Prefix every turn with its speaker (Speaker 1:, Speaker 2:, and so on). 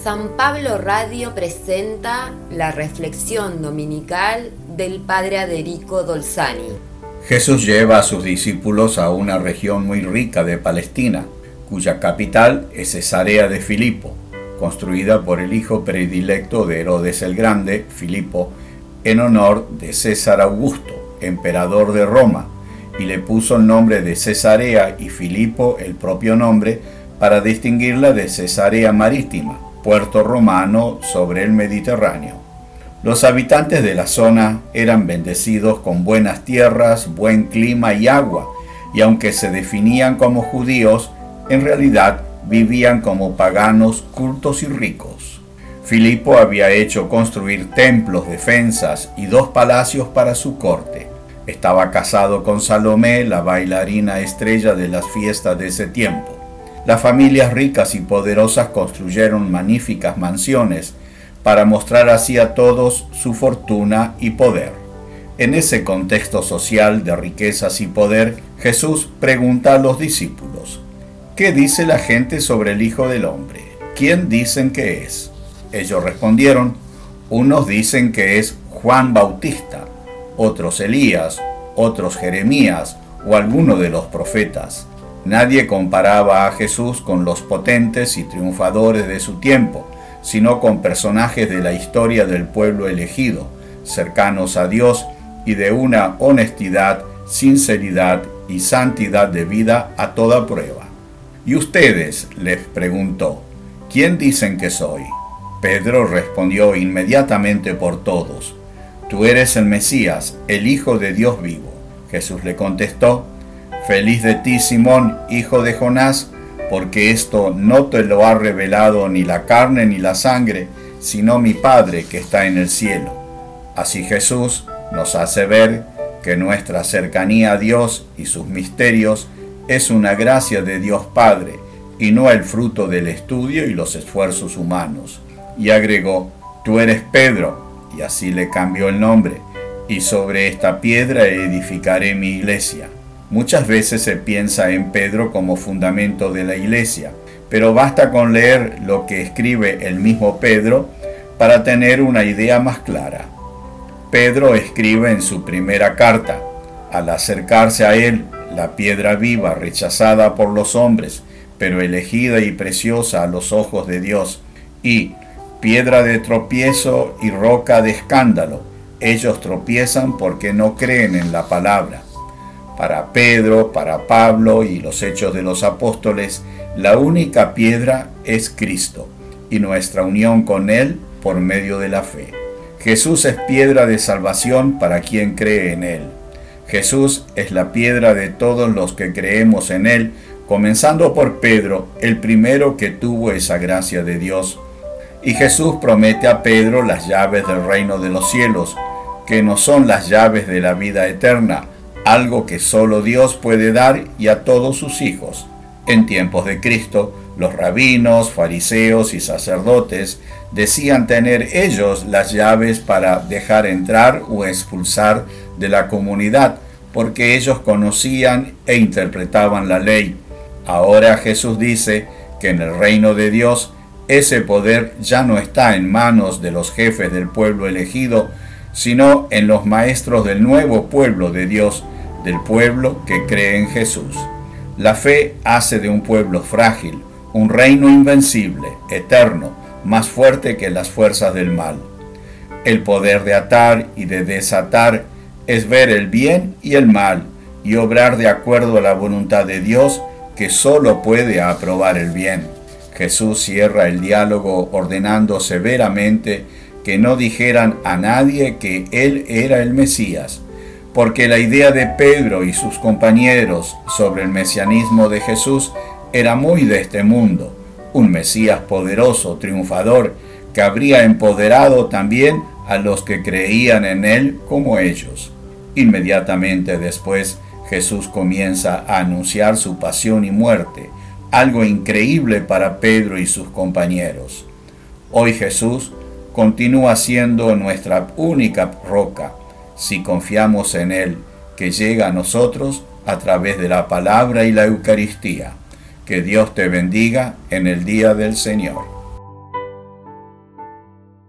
Speaker 1: San Pablo Radio presenta la reflexión dominical del Padre Aderico Dolzani.
Speaker 2: Jesús lleva a sus discípulos a una región muy rica de Palestina, cuya capital es Cesarea de Filipo, construida por el hijo predilecto de Herodes el Grande, Filipo, en honor de César Augusto, emperador de Roma, y le puso el nombre de Cesarea y Filipo el propio nombre para distinguirla de Cesarea Marítima, puerto romano sobre el Mediterráneo. Los habitantes de la zona eran bendecidos con buenas tierras, buen clima y agua, y aunque se definían como judíos, en realidad vivían como paganos cultos y ricos. Filipo había hecho construir templos, defensas y 2 palacios para su corte. Estaba casado con Salomé, la bailarina estrella de las fiestas de ese tiempo. Las familias ricas y poderosas construyeron magníficas mansiones para mostrar así a todos su fortuna y poder. En ese contexto social de riquezas y poder, Jesús pregunta a los discípulos: ¿qué dice la gente sobre el Hijo del Hombre? ¿Quién dicen que es? Ellos respondieron: unos dicen que es Juan Bautista, otros Elías, otros Jeremías o alguno de los profetas. Nadie comparaba a Jesús con los potentes y triunfadores de su tiempo, sino con personajes de la historia del pueblo elegido, cercanos a Dios y de una honestidad, sinceridad y santidad de vida a toda prueba. ¿Y ustedes?, les preguntó, ¿quién dicen que soy? Pedro respondió inmediatamente por todos: tú eres el Mesías, el Hijo de Dios vivo. Jesús le contestó: feliz de ti, Simón, hijo de Jonás, porque esto no te lo ha revelado ni la carne ni la sangre, sino mi Padre que está en el cielo. Así Jesús nos hace ver que nuestra cercanía a Dios y sus misterios es una gracia de Dios Padre, y no el fruto del estudio y los esfuerzos humanos. Y agregó: tú eres Pedro, y así le cambió el nombre, y sobre esta piedra edificaré mi iglesia. Muchas veces se piensa en Pedro como fundamento de la iglesia, pero basta con leer lo que escribe el mismo Pedro para tener una idea más clara. Pedro escribe en su primera carta: al acercarse a él, la piedra viva, rechazada por los hombres, pero elegida y preciosa a los ojos de Dios, y piedra de tropiezo y roca de escándalo, ellos tropiezan porque no creen en la palabra. Para Pedro, para Pablo y los Hechos de los Apóstoles, la única piedra es Cristo y nuestra unión con Él por medio de la fe. Jesús es piedra de salvación para quien cree en Él. Jesús es la piedra de todos los que creemos en Él, comenzando por Pedro, el primero que tuvo esa gracia de Dios. Y Jesús promete a Pedro las llaves del reino de los cielos, que no son las llaves de la vida eterna, algo que solo Dios puede dar y a todos sus hijos. En tiempos de Cristo, los rabinos, fariseos y sacerdotes decían tener ellos las llaves para dejar entrar o expulsar de la comunidad, porque ellos conocían e interpretaban la ley. Ahora Jesús dice que en el reino de Dios ese poder ya no está en manos de los jefes del pueblo elegido, sino en los maestros del nuevo pueblo de Dios, del pueblo que cree en Jesús. La fe hace de un pueblo frágil un reino invencible, eterno, más fuerte que las fuerzas del mal. El poder de atar y de desatar es ver el bien y el mal y obrar de acuerdo a la voluntad de Dios, que solo puede aprobar el bien. Jesús cierra el diálogo ordenando severamente que no dijeran a nadie que Él era el Mesías, porque la idea de Pedro y sus compañeros sobre el mesianismo de Jesús era muy de este mundo, un Mesías poderoso, triunfador, que habría empoderado también a los que creían en Él como ellos. Inmediatamente después, Jesús comienza a anunciar su pasión y muerte, algo increíble para Pedro y sus compañeros. Hoy Jesús continúa siendo nuestra única roca, si confiamos en Él, que llega a nosotros a través de la palabra y la Eucaristía. Que Dios te bendiga en el día del Señor.